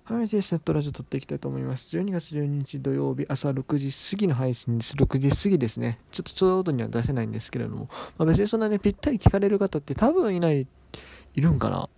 はい、ですね、ラジオ撮っていきたいと思います。12月12日土曜日朝6時過ぎの配信です。6時過ぎですね。ちょうどには出せないんですけれども、別にそんなね、ぴったり聞かれる方って多分いるんかな。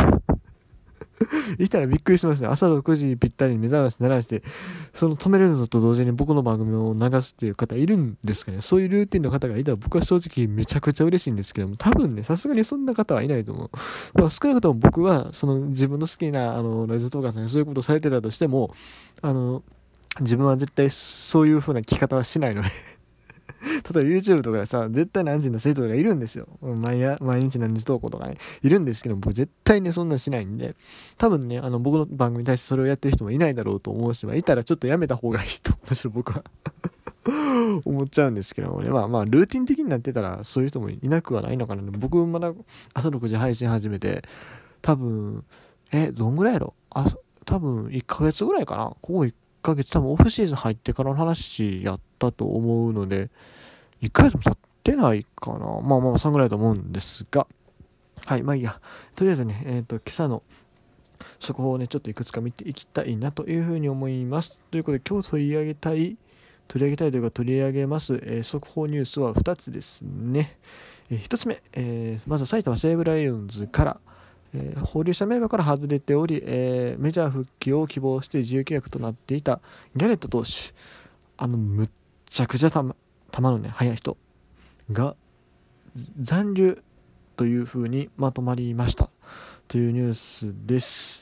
いたらびっくりしますね。朝6時ぴったりに目覚まし鳴らして、その止めるのと同時に僕の番組を流すっていう方いるんですかね。そういうルーティンの方がいたら僕は正直めちゃくちゃ嬉しいんですけども、多分ね、さすがにそんな方はいないと思う。少なくとも僕は、その自分の好きな、ラジオトーカーさんにそういうことをされてたとしても、あの、自分は絶対そういう風な聞き方はしないので例えば YouTube とかでさ、絶対何時の人とかいるんですよ。毎日何時投稿とかね、いるんですけど、僕絶対ね、そんなんしないんで、多分ね、僕の番組に対してそれをやってる人もいないだろうと思うし、いたらちょっとやめた方がいいと、むしろ僕は思っちゃうんですけどもね。ルーティン的になってたら、そういう人もいなくはないのかな。僕まだ朝6時配信始めて、多分、どんぐらいやろ多分1ヶ月ぐらいかな。ここ1ヶ月多分オフシーズン入ってからの話やったと思うので、1ヶ月も経ってないかな。そんぐらいだと思うんですが。はい、いいや。とりあえずね、今朝の速報をね、ちょっといくつか見ていきたいなというふうに思います。ということで、今日取り上げたいというか取り上げます、速報ニュースは2つですね。1つ目、まず埼玉西武ライオンズから、放流者名簿から外れており、メジャー復帰を希望して自由契約となっていたギャレット投手、むっちゃくちゃ球のね、速い人が残留というふうにまとまりましたというニュースです。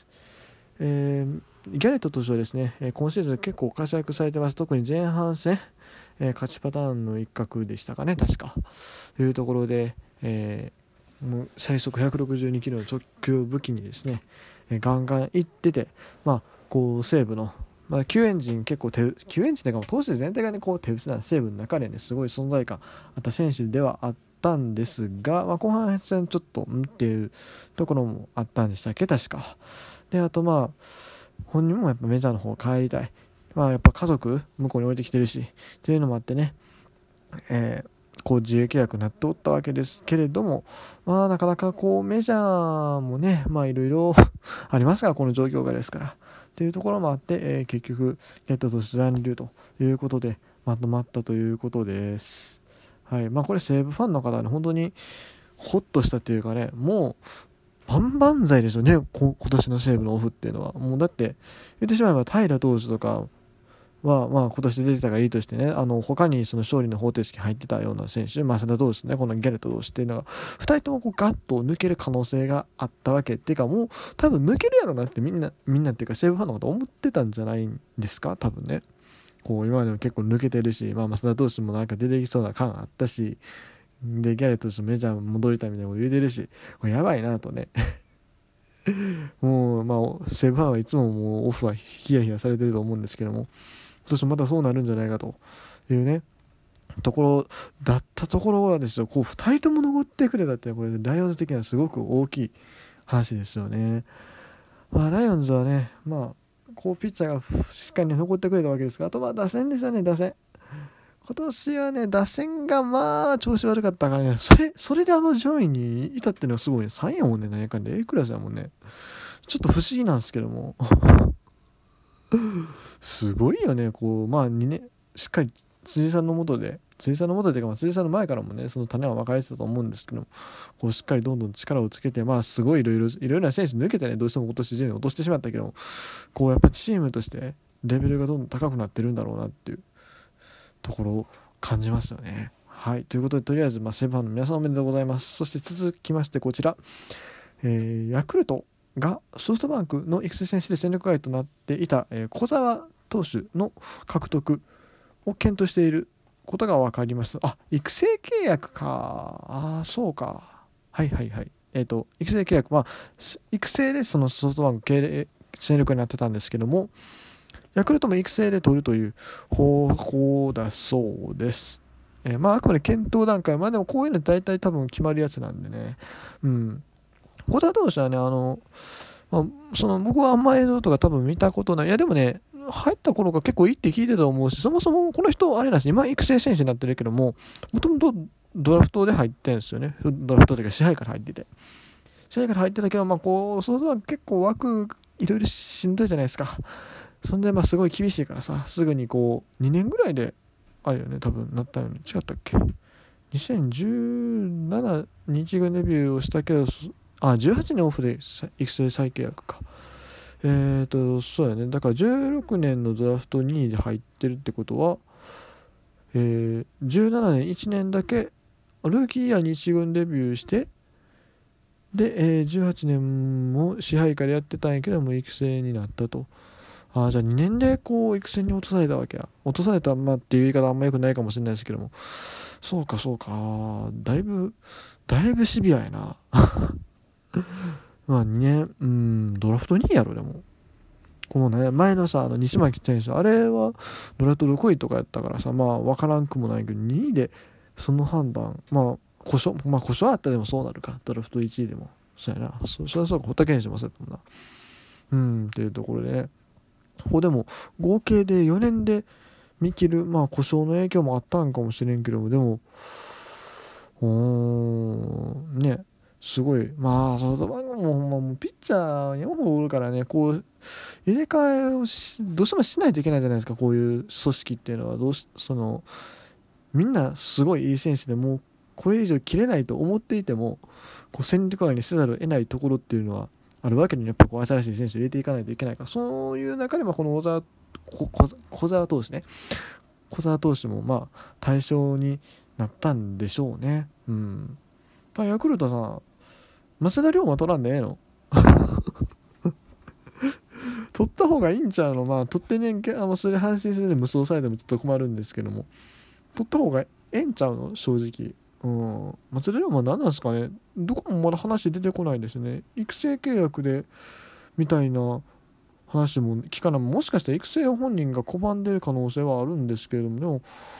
ギャレット投手はですね、今シーズン結構活躍されてます。特に前半戦、勝ちパターンの一角でしたかね、確かというところで、もう最速162キロの直球を武器にですね、ガンガンいってて、西武の救援陣結構救援陣というか投手全体がねこう手薄な西武の中でねすごい存在感あった選手ではあったんですが、後半戦ちょっとっていうところもあったんでしたっけ確かで、あと本人もやっぱメジャーの方帰りたい、やっぱ家族向こうに置いてきてるしっていうのもあってね、こう自由契約になっておったわけですけれども、なかなかこうメジャーもねいろいろありますがこの状況下ですからというところもあって、結局ゲットとして残留ということでまとまったということです。はい、これ西武ファンの方はね本当にホッとしたというかね、もう万々歳ですよね。今年の西武のオフっていうのはもうだって言ってしまえば平投手とかは今年出てたがいいとしてね、他にその勝利の方程式入ってたような選手、増田投手ね、このギャレット投手っていうのが2人ともこうガッと抜ける可能性があったわけっていうか、もう多分抜けるやろなってみんなっていうか西武ファンの方思ってたんじゃないんですか多分ね。こう今までも結構抜けてるし、増田投手もなんか出てきそうな感あったし、でギャレット投手メジャー戻りたいみたいなこと言うてるし、これやばいなとねもう西武ファンはいつももうオフはヒヤヒヤされてると思うんですけども、今年またそうなるんじゃないかというねところだったところはですよ、こう2人とも残ってくれたってこれライオンズ的にはすごく大きい話ですよね。ライオンズはねこうピッチャーがしっかり残ってくれたわけですが、あと打線ですよね。打線今年はね打線が調子悪かったからね、それで上位にいたっていうのはすごいね。3やもんね、何やかんで A クラスやもんね。ちょっと不思議なんですけどもすごいよね。こう2年しっかり辻さんの下でというか辻さんの前からもねその種は分かれてたと思うんですけど、こうしっかりどんどん力をつけてすごいいろいろな選手抜けてね、どうしても今年順位を落としてしまったけども、こうやっぱチームとしてレベルがどんどん高くなってるんだろうなっていうところを感じますよね。はい、ということでとりあえずセブンファンの皆さんおめでとうございます。そして続きましてこちら、ヤクルトがソフトバンクの育成選手で戦力外となっていた、小澤投手の獲得を検討していることが分かりました。育成契約か。そうか。はい。育成契約、育成でそのソフトバンク戦力になってたんですけども、ヤクルトも育成で取るという方法だそうです。あくまで検討段階、でもこういうの大体多分決まるやつなんでね。小田投手はね、僕はあんま映像とか多分見たことない。いやでもね、入った頃が結構いいって聞いてたと思うし、そもそもこの人あれなんですね、今育成選手になってるけども、もともとドラフトで入ってるんですよね。ドラフトというか支配から入ってて。試合から入ってたけど、こう、想像は結構枠いろいろしんどいじゃないですか。そんですごい厳しいからさ、すぐにこう2年ぐらいであれよね、多分なったよね。違ったっけ。2017に一軍デビューをしたけど、18年オフで育成再契約か。そうやね。だから16年のドラフト2位で入ってるってことは、17年1年だけルーキーイヤーに一軍デビューして、で、18年も支配下でやってたんやけども育成になったと。じゃあ2年でこう育成に落とされたわけや。落とされたっていう言い方あんま良くないかもしれないですけども、そうかそうか、だいぶシビアやな。2年、ドラフト2位やろ。でもこのね、前のさ、西巻選手、あれはドラフト6位とかやったからさ、分からんくもないけど、2位でその判断、故障あったでもそうなるか、ドラフト1位でも。そうやな。そりゃそうか、堀田健士もそうやったもんな。っていうところでね、ここでも合計で4年で見切る、故障の影響もあったんかもしれんけども、でも、ね、すごい、ソフトバンクももうピッチャー4本おるからね、こう、入れ替えをどうしてもしないといけないじゃないですか、こういう組織っていうのは。みんなすごいいい選手でもう、これ以上切れないと思っていても、こう戦力外にせざるを得ないところっていうのはあるわけに、やっぱこう新しい選手を入れていかないといけないから、そういう中でこの小沢投手ね、小沢投手も対象になったんでしょうね。ヤクルトさん、増田龍馬取らんでええの？取った方がいいんちゃうの？取ってねんけど、それ阪神戦で無双されてもちょっと困るんですけども、取った方がええんちゃうの？正直。松田龍馬何なんですかね。どこもまだ話出てこないですね。育成契約でみたいな話も聞かない。もしかしたら育成本人が拒んでる可能性はあるんですけれども、でも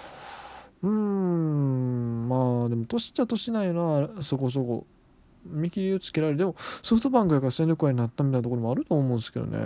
でも年っちゃ年ないな、そこそこ見切りをつけられる。でもソフトバンクやから戦力外になったみたいなところもあると思うんですけどね。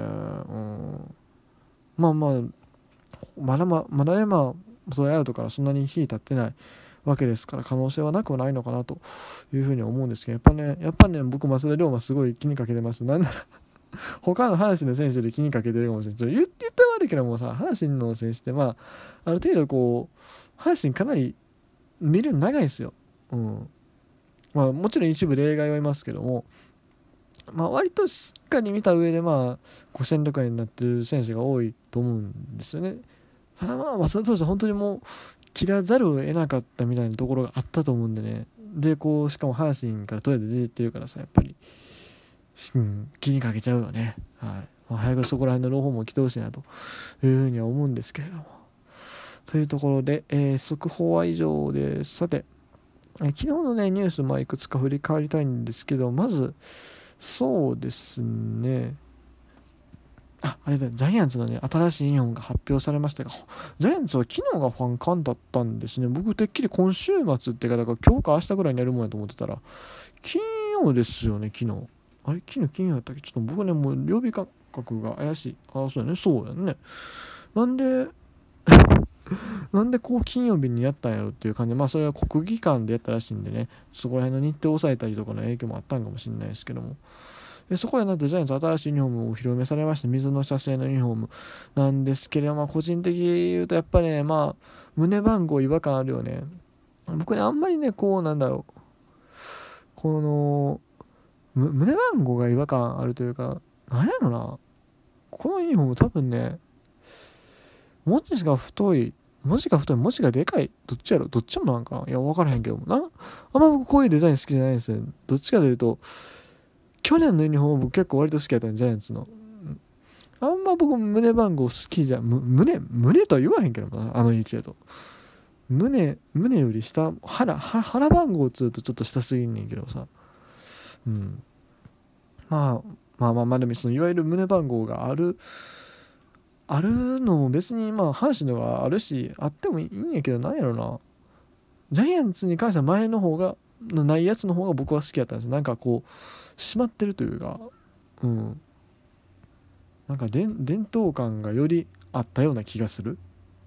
まだね、それアウトからそんなに日経ってないわけですから、可能性はなくはないのかなというふうに思うんですけど、やっぱね、僕増田龍馬すごい気にかけてます。なんなら他の阪神の選手より気にかけてるかもしれない。言ったら悪いけどもさ、阪神の選手ってある程度こう阪神かなり見るの長いですよ。もちろん一部例外はいますけども、割としっかり見た上で戦力外になってる選手が多いと思うんですよね。ただ増田投手は本当にもう切らざるを得なかったみたいなところがあったと思うんでね。でこうしかも阪神からトレードで出てってるからさ、やっぱり、気にかけちゃうよね。早くそこら辺の朗報も来てほしいなというふうには思うんですけれども。というところで、速報は以上です。さて、昨日のねニュースいくつか振り返りたいんですけど、まずそうですね、あれだ、ジャイアンツのね新しいユニフォームが発表されましたが、ジャイアンツは昨日がファン間だったんですね。僕てっきり今週末って方が今日か明日ぐらいにやるもんやと思ってたら金曜ですよね。昨日金曜だったっけ。ちょっと僕ねもう曜日感覚が怪しい。そうやね、そうやね。なんでこう金曜日にやったんやろっていう感じで、それは国技館でやったらしいんでね、そこら辺の日程を抑えたりとかの影響もあったんかもしれないですけども、そこでなんとジャイアンツ新しいユニフォームをお披露目されまして、水の写製のユニフォームなんですけれども、個人的に言うとやっぱりね、胸番号違和感あるよね。僕ねあんまりねこの胸番号が違和感あるというか、なんやろな、このユニフォーム多分ね、文字が太い、文字がでかい、どっちやろ、どっちもなんかな、いや分からへんけどもな、あんま僕こういうデザイン好きじゃないんですよ。どっちかというと去年のユニフォーム僕結構割と好きだったんで、ジャイアンツのあんま僕胸番号好きじゃ胸とは言わへんけどな、あの位置だと胸より下、腹番号っつうとちょっと下すぎんねんけどさ、でもそのいわゆる胸番号があるのも別に阪神のがあるしあってもいいんやけど、なんやろな、ジャイアンツに関しては前の方がないやつの方が僕は好きだったんです。なんかこう締まってるというか、なんか伝統感がよりあったような気がする。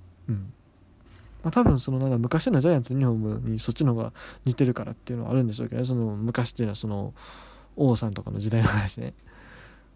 多分その昔のジャイアンツのユニフォームにそっちの方が似てるからっていうのはあるんでしょうけどね。その昔っていうのはその王さんとかの時代の話ね。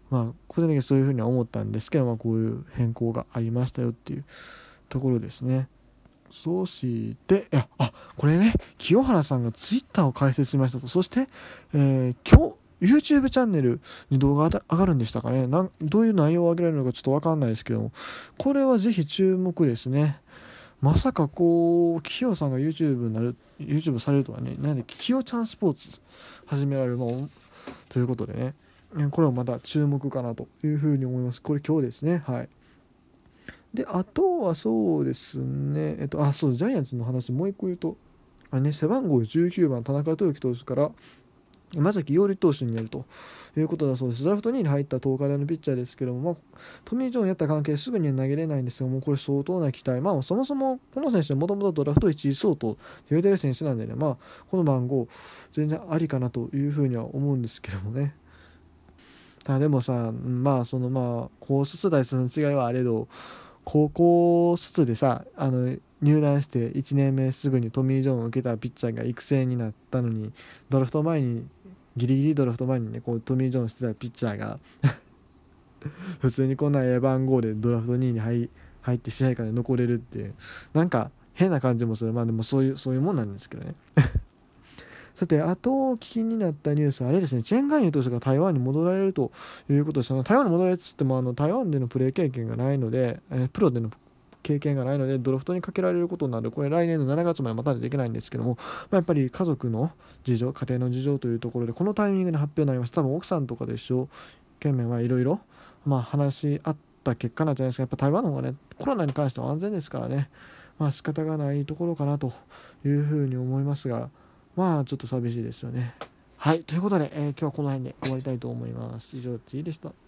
個人的にそういうふうには思ったんですけど、こういう変更がありましたよっていうところですね。そして、これね、清原さんがツイッターを開設しましたと。そして、今日、YouTube チャンネルに動画が上がるんでしたかね。どういう内容を上げられるのかちょっとわかんないですけども、これはぜひ注目ですね。まさか清さんが YouTube されるとはね、なんで、清ちゃんスポーツ始められるということでね、これはまた注目かなというふうに思います。これ今日ですね。はい。で、あとはそうですね、そう、ジャイアンツの話もう一個言うと、背番号19番、田中豊樹投手から、山崎伊織投手になるということだそうです。ドラフト2位に入った東海大のピッチャーですけども、トミー・ジョンやった関係ですぐには投げれないんですが、もうこれ相当な期待。そもそもこの選手はもともとドラフト1位相当と言われてる選手なんでね、この番号全然ありかなというふうには思うんですけどもね。でもさ、高卒代数の違いはあれど、高校卒でさ、入団して1年目すぐにトミー・ジョンを受けたピッチャーが育成になったのに、ギリギリドラフト前にね、トミー・ジョンしてたピッチャーが普通にこんな番号でドラフト2位に入って試合から残れるって、なんか変な感じもする。でもそういうもんなんですけどね。さて、あと気になったニュースはあれですね、チェン・ガンユ投手が台湾に戻られるということです。台湾に戻られつっても台湾でのプレー経験がないので、プロでの経験がないのでドラフトにかけられることになる。これ来年の7月まで待たないといけないんですけども、やっぱり家族の事情、家庭の事情というところでこのタイミングで発表になりました。多分奥さんとかで一生懸命いろいろ話し合った結果なんじゃないですか。やっぱ台湾の方がね、コロナに関しては安全ですからね、仕方がないところかなというふうに思いますが、ちょっと寂しいですよね。はい、ということで、今日はこの辺で終わりたいと思います。以上、ちいでした。